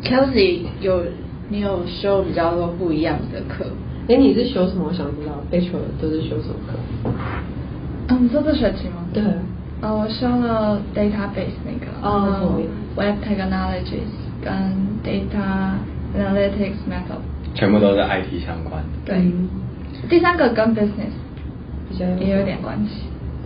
Kelsey 你有修比较多不一样的课？ 你是修什么？我想知道 ，Bachelor 都是修什么课？ 你说这学期吗？ 对。 我修了 database 那个，web technologies 跟 data analytics method， 全部都是 IT 相关的。 对，第三个跟 business 比较也有点关系。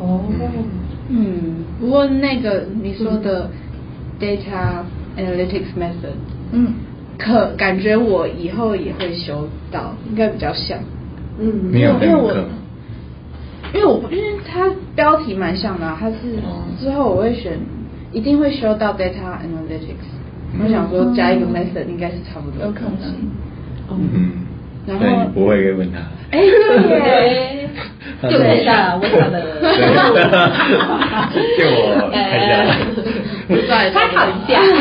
不过那个你说的 data analytics method，感觉我以后也会修到，应该比较像。 你有那个课吗？ 因为它标题蛮像的它是之后我会一定会修到 data analytics，我想说加一个 method 应该是差不多，有可能。然后你不会问他。 对，就看一下问他的。 就我看一下， 参考一下。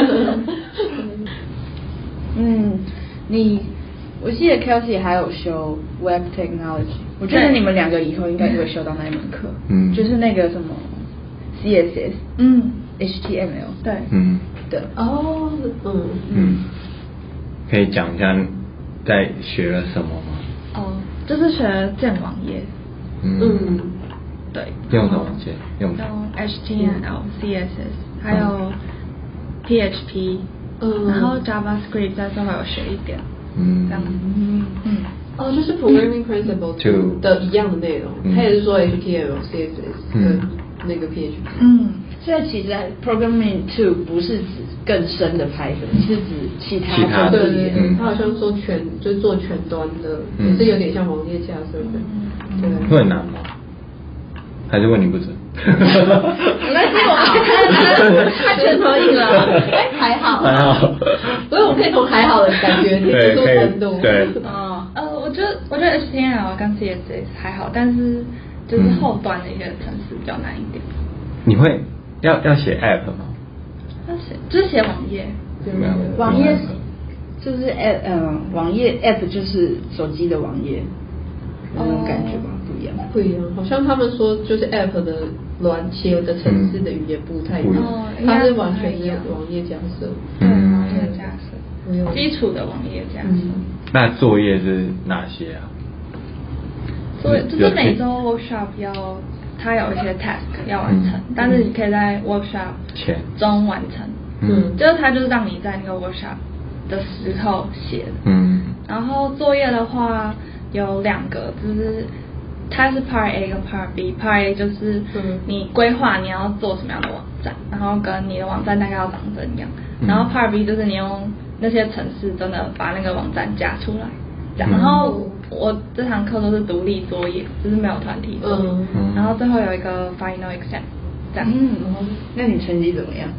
我记得 Kelsey 还有修 Web Technology， 我觉得你们两个以后应该也会修到那一门课，就是那个什么 CSS，HTML， 对，的。 可以讲一下在学了什么吗？ 就是学建网页，对， 用什么建？用 HTML、CSS， 还有 PHP，然后 JavaScript 在最后有学一点。这样就是 Programming Principle 2的一样的内容，它也是说 HTML、CSS 跟那个 PHP。 所以其实 Programming 2不是指更深的 Python， 是指其他的语言。他好像说就是做全端的，也是有点像网页架设的。对。 会很难吗？还是问你不准？ 没关系，他拳头硬了，还好。 所以我可以从还好的感觉接触程度。 对。 我觉得 HTML 跟 CSS 还好，但是就是后端的一些程式比较难一点。 你会要写 App 吗？ 要写，就是写网页。网页就是网页 App 就是手机的网页，那种感觉吧， 不一样。好像他们说就是 App 的写的程式的语言不太一样，它是完全是网页架设。 网页架设，基础的网页架设。 那作业是哪些啊？ 就是每周 workshop 它有一些 task 要完成，但是你可以在 workshop 中完成。就是它就是让你在那个 workshop 的时候写。然后作业的话有2个，就是它是 Part A 跟 Part B。Part A 就是你规划你要做什么样的网站，然后跟你的网站大概要长怎样。然后 Part B 就是你用那些程式真的把那个网站架出来。然后我这堂课都是独立作业，就是没有团体作业。然后最后有一个 final exam， 这样。那你成绩怎么样？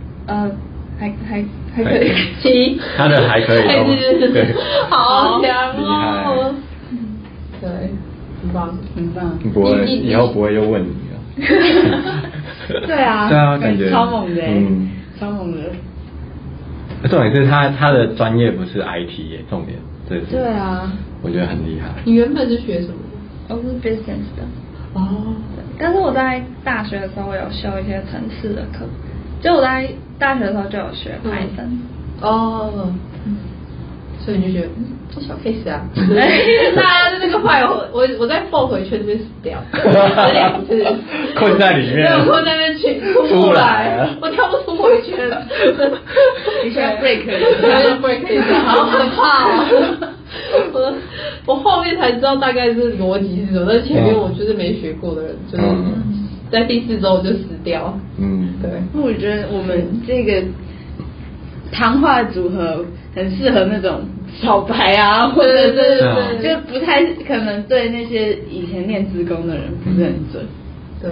还可以，7。 他的还可以对， 好强哦！ 对，很棒， 很棒。 不会，以后不会又问你了。 对啊， 感觉超猛的，超猛的。 重点是他的专业不是 IT 耶，重点这是。 对啊， 我觉得很厉害。 你原本是学什么？ 我是 business 的。但是我在大学的时候有修一些程式的课，就我在大学的时候就有学 Python。 所以你就觉得这小 case 啊，大家的那个坏我在爆回圈那边死掉，2次困在里面， 我困在那边出不来，我跳不出回圈。 你现在 break 一下，好可怕哦！我后面才知道大概是逻辑是什么，但前面我就是没学过的人，就是在第4周就死掉。对。 我觉得我们这个谈话组合很适合那种小白啊，或者是就不太可能对那些以前念资工的人不是很准。 对。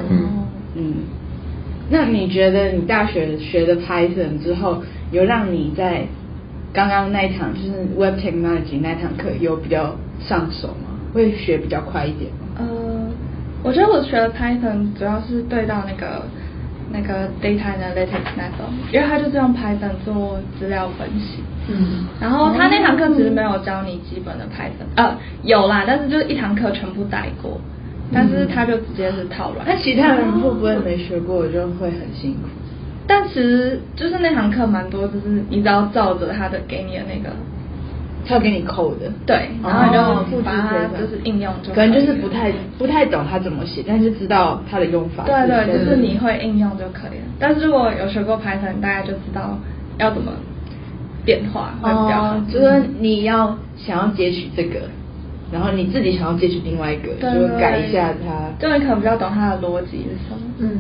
那你觉得你大学学的 Python 之后，有让你在刚刚那一堂就是 Web Technology 那堂课有比较上手吗？会学比较快一点吗？ 我觉得我学的 Python 主要是对到那个 data analytics 那种，因为它就是用 Python 做资料分析。然后他那堂课其实没有教你基本的 Python，有啦，但是就是一堂课全部带过，但是他就直接是套软。 那其他人会不会没学过就会很辛苦？ 但其实就是那堂课蛮多，就是你只要照着他的给你的那个， 他要给你扣的， 对，然后你就把它就是应用就可能就是不太懂他怎么写，但是知道他的用法。 对对，就是你会应用就可以了。但是如果有学过 Python，大概就知道要怎么变化会比较好。 就是你要想要截取这个，然后你自己想要截取另外一个，就改一下它。 就你可能比较懂它的逻辑是什么。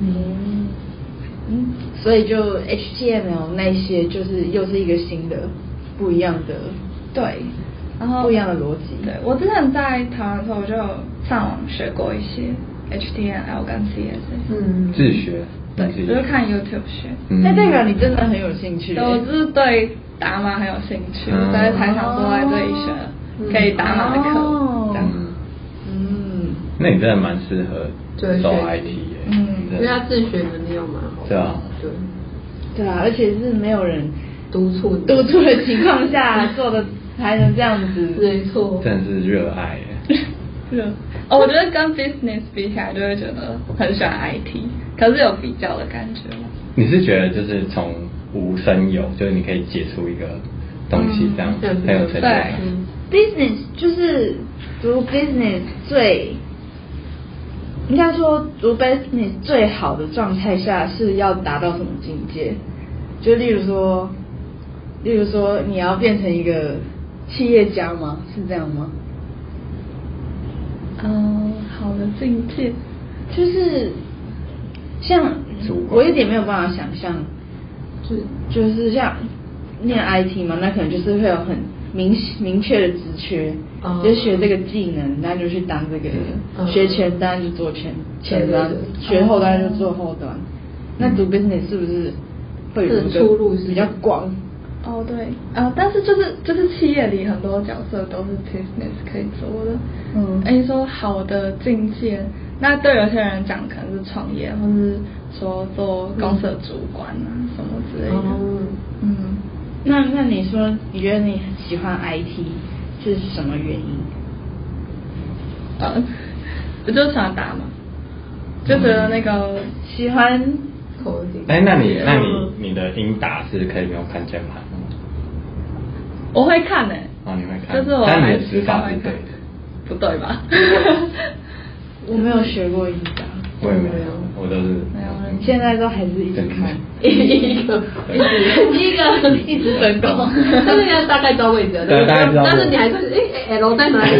所以就 HTML 那些就是又是一个新的不一样的， 对，然后不一样的逻辑。 对，我之前在台湾的时候，我就上网学过一些 HTML 跟 CSS。 自学。 对，就是看 YouTube 学。 那代表你真的很有兴趣。 对，我就是对打码很有兴趣，所以才想说在这里学可以打码的课。这样。 那你真的蛮适合走 IT 耶。 因为他自学能力又蛮好。 对啊。 对啊，而且是没有人督促的情况下做的，还能这样子。 没错。 真的是热爱耶。 我觉得跟 business 比起来，就会觉得很喜欢 IT， 可是有比较的感觉吗？ 你是觉得就是从无生有，就是你可以解出一个东西，这样很有成就感。 business 就是读 business 应该说读 business 最好的状态下是要达到什么境界？就例如说你要变成一个企业家吗？是这样吗？ 好的境界就是像我有点没有办法想象，就是像念 IT 嘛，那可能就是会有很明确的职缺，就学这个技能，那就去当这个，学前端就做前端，学后端就做后端。那读 business 是不是会有一个比较广？ 对，但是就是企业里很多角色都是 business 可以做的。你说好的境界，那对有些人讲可能是创业，或是说做公司的主管啊什么之类的。 那你说你觉得你喜欢 IT 是什么原因？ 我就喜欢打嘛，就觉得那个喜欢。 那你的英打是可以不用看键盘的吗？ 我会看你会看。 就是我但你的指法是对的。 不对吧？ 我没有学过英打。 我也没有，我都是没有。现在都还是一直看，一直分工。 但是现在大概知道位置了， 对，大概知道。 但是你还是L 在哪里？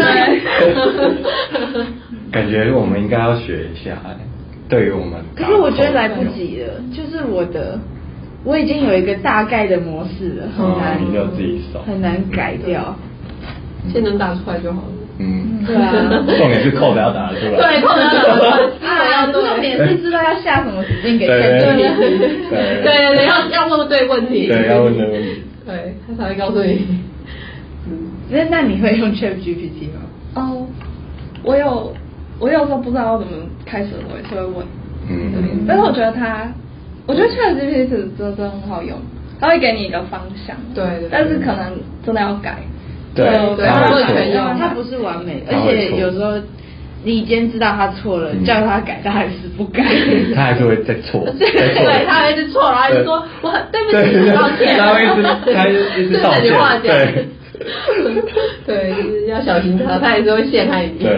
感觉我们应该要学一下，对于我们。 可是我觉得来不及了，就是我已经有一个大概的模式了，很难， 你就自己手， 很难改掉。 先能打出来就好了。 对啊， 重点是扣的要打得出来。 对，扣的要打得出来。 重点是知道要下什么指令给程序员。 对，要问对问题。 对，要问对问题。 对，他才会告诉你。 那你会用 ChatGPT 吗？ 我有时候不知道怎么开始回，所以问。但是我觉得ChatGPT 真的很好用，它会给你一个方向。 对。 但是可能真的要改。 对， 它不是完美，而且有时候你已经知道他错了，叫他改，他还是不改， 他还是会再错， 对，他还是错，然后就说我很对不起，抱歉， 他一直道歉， 对，就是要小心他还是会陷害你。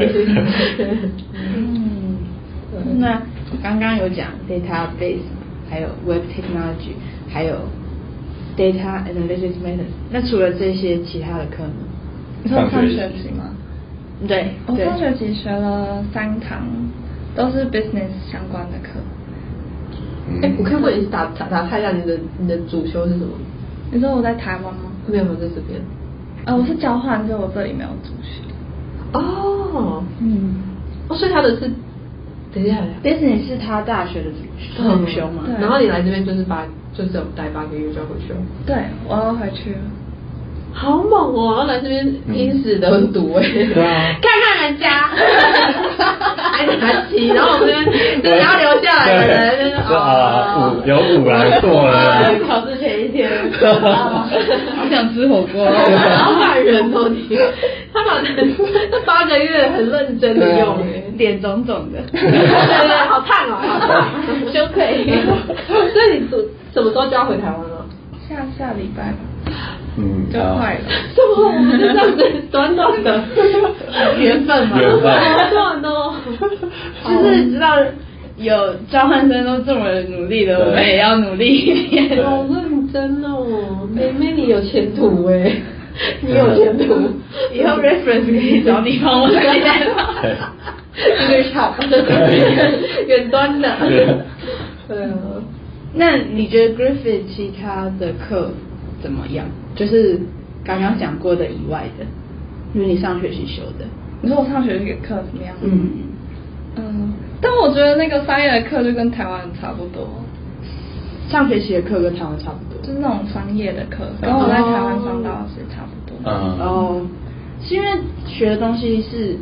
那刚刚有讲 database， 还有 web technology， 还有Data Analysis Method， 那除了这些其他的课呢？ 你说上学期吗？ 对， 我上学期学了3堂，都是 business 相关的课。 我可以问你打开一下你的主修是什么？ 你说我在台湾吗？ 没有，在这边。 我是交换，就我这里没有主修。 所以他的是。等一下 ，business 是他大学的主修嘛？ 然后你来这边就是待8个月就要回去了。 对，我要回去了。 好猛哦！然后来这边因死得读哎， 对啊， 看看人家，还拿旗，然后我们就是要留下来的人，就是有5来做了， 考试前一天，好想吃火锅， 老板人哦你，他把这8个月很认真的用哎， 脸肿肿的， 对，好烫哦，好烫， 羞愧。 所以你什么时候就要回台湾了？ 下礼拜吧。就快了。 怎么我们就这样子短短的缘分嘛？好短哦。 就是知道有交换生都这么努力了，我们也要努力一点。 好认真哦，妹妹你有前途哎，你有前途， 以后 reference 可以找你帮我写。 English Hub， 远端的。对啊。 那你觉得 Griffith 其他的课怎么样？就是刚刚讲过的以外的，就是你上学期修的。 你说我上学期的课怎么样？但我觉得那个商业的课就跟台湾差不多。 上学期的课跟台湾差不多， 就是那种商业的课，跟我在台湾上到的是差不多。 是因为学的东西是，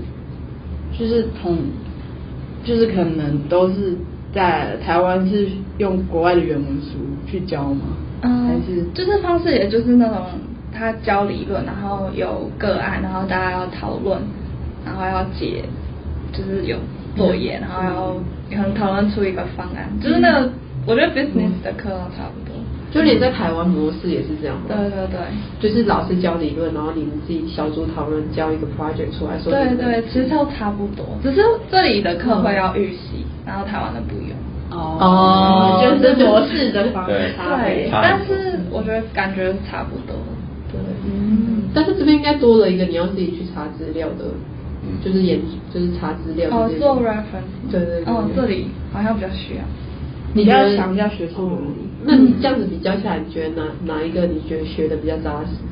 就是可能都是在台湾是用国外的原文书去教吗？还是就是方式，也就是那种他教理论，然后有个案，然后大家要讨论，然后要解，就是有作业，然后要可能讨论出一个方案，就是那个我觉得 business 的课都差不多。 就连在台湾模式也是这样吗？ 对对对， 就是老师教理论，然后你们自己小组讨论，教一个 project 出来说。 对对，其实都差不多，只是这里的课会要预习，然后台湾的不用。 就是模式的方式差别。 对，但是我觉得感觉差不多。 对，但是这边应该多了一个你要自己去查资料的，就是就是查资料。 做 reference。 对对对。 这里好像比较需要。 你比较强调学术能力。 那你这样子比较下来，你觉得哪一个你觉得学的比较扎实？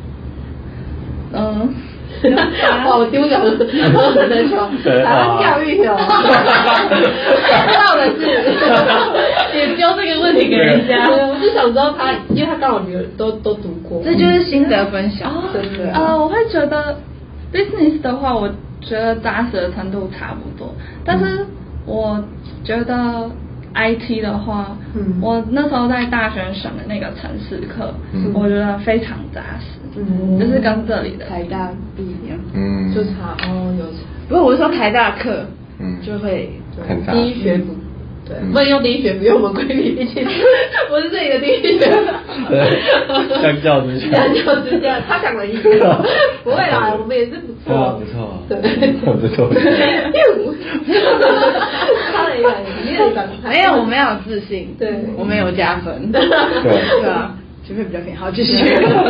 哇，我丢掉了，我在说台湾教育哦，看到的是也丢这个问题给人家， 我就想知道他，因为他刚好女儿都读过， 这就是心得分享， 真的。 我会觉得 business 的话，我觉得扎实的程度差不多，但是我觉得 IT 的话，我那时候在大学选的那个程式课，我觉得非常扎实，就是跟这里的台大不一样， 就差有差。 不过我是说台大课，就会第一学府，对，不能用第一学府，因为我们闺蜜毕竟我是这里的第一学府， 对，相较之下， 他讲了一个，不会啦，我们也是不错， 不错， 对， 不错。 没有，我们要有自信， 对， 我们有加分，对啊，就会比较偏好，继续。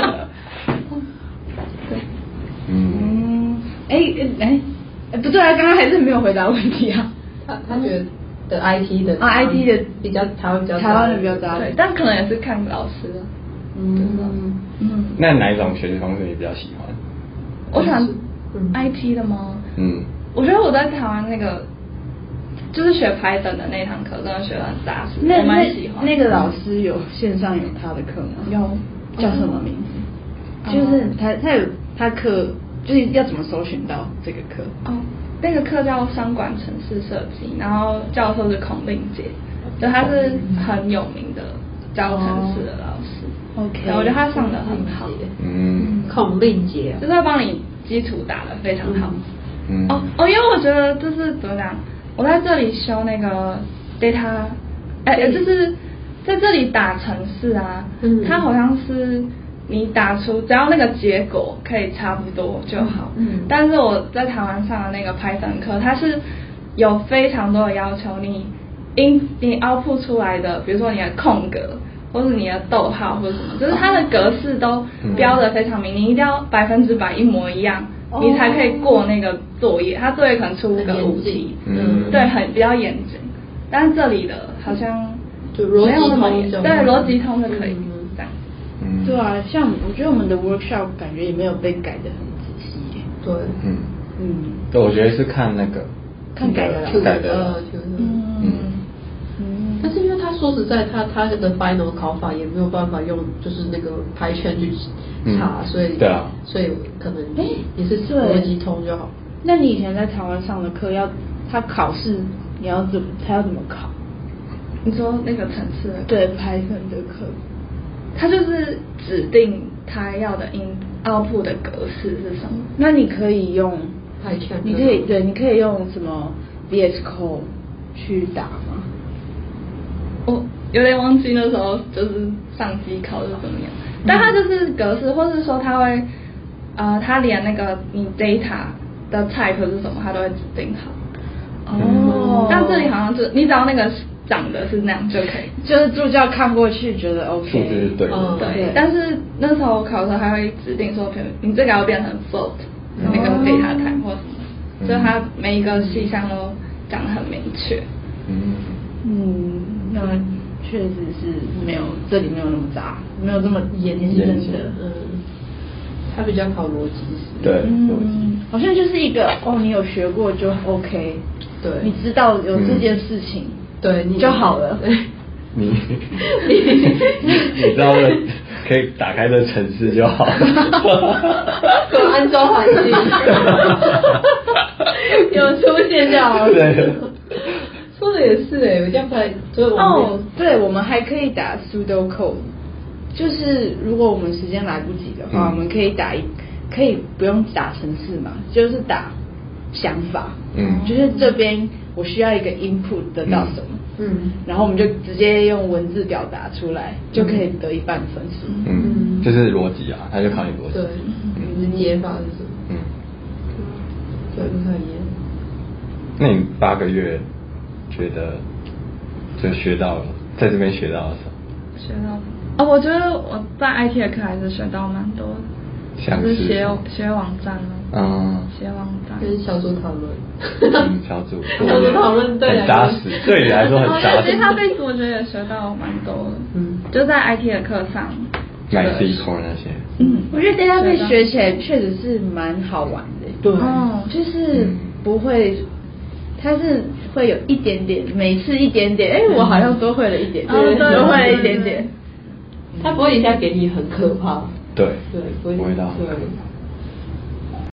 不对啊，刚刚还是没有回答问题啊。 他觉得 IT 的 IT 的比较台湾的比较大， 对，但可能也是看老师的。 那哪一种学习方式你比较喜欢？ 我想 IT 的吗？我觉得我在台湾那个就是学 Python 的那堂课，真的学得很扎实，我蛮喜欢。 那个老师有线上有他的课吗？ 有， 叫什么名字？就是他有他课，就是要怎么搜寻到这个课？ 那个课叫商管程式设计，然后教授是孔令杰，就他是很有名的教程式的老师。 OK， 我觉得他上的很好。 孔令杰就是会帮你基础打得非常好。因为我觉得就是怎么讲，我在这里修那个 data， 就是在这里打程式啊，它好像是你打出只要那个结果可以差不多就好。但是我在台湾上的那个 Python 课，它是有非常多的要求，你 output 出来的，比如说你的空格或是你的逗号或者什么，就是它的格式都标得非常明，你一定要100%一模一样，你才可以过那个作业。它作业可能出个5题，对，比较严谨。但是这里的好像就逻辑通， 对，逻辑通就可以这样。 对啊，像我觉得我们的 workshop 感觉也没有被改得很仔细。 对， 对，我觉得是看那个看改的， 但是因为他说说实在，他的 final 考法也没有办法用就是那个排圈去查，所以对啊， 所以可能也是逻辑通就好。 那你以前在台湾上的课他考试他要怎么考？ 你说那个层次的对Python的课， 他就是指定他要的output 的格式是什么？ 那你可以用排圈， 你可以用什么 VS Code 去打吗？ 我有点忘记那时候就是上机考是怎么样，但他就是格式，或是说他会他连那个你 data 的 type 是什么，他都会指定好。 哦， 但这里好像是你只要那个长得是那样就可以， 就是助教看过去觉得 OK， 数字是对的， 对。但是那时候考的时候，他会指定说，比如你这个要变成 float，那个 data type 或什么，所以他每一个细项都讲得很明确。 那确实是这里没有那么杂，没有这么严谨的。 它比较考逻辑思对，逻辑好像就是一个你有学过就 OK， 对， 你知道有这件事情， 对你就好了。 你知道的，可以打开这程式就好了。 有安装环境，有出现就好了。 对。 说的也是我这样才就是对，我们还可以打 pseudo code， 就是如果我们时间来不及的话，我们可以可以不用打程式嘛，就是打想法，就是这边我需要一个 input 得到什么，然后我们就直接用文字表达出来，就可以得1半分数。 就是逻辑啊，他就考你逻辑。 对，你的解法是什么？对，不太一样。 那你8个月觉得就学到了，在这边学到了什么？ 学到我觉得我在 IT 的课还是学到蛮多的，就是写网站写网站跟小组讨论， 小组讨论对很扎实，对你来说很扎实。 其实他被我觉得也学到蛮多的，就在 IT 的课上 ，MySQL 那些。 我觉得 database 学起来确实是蛮好玩的。 对， 就是不会。它是会有一点点，每次一点点，我好像多会了一点，多会了一点点。 它不会一下给你很可怕。 对， 不会到。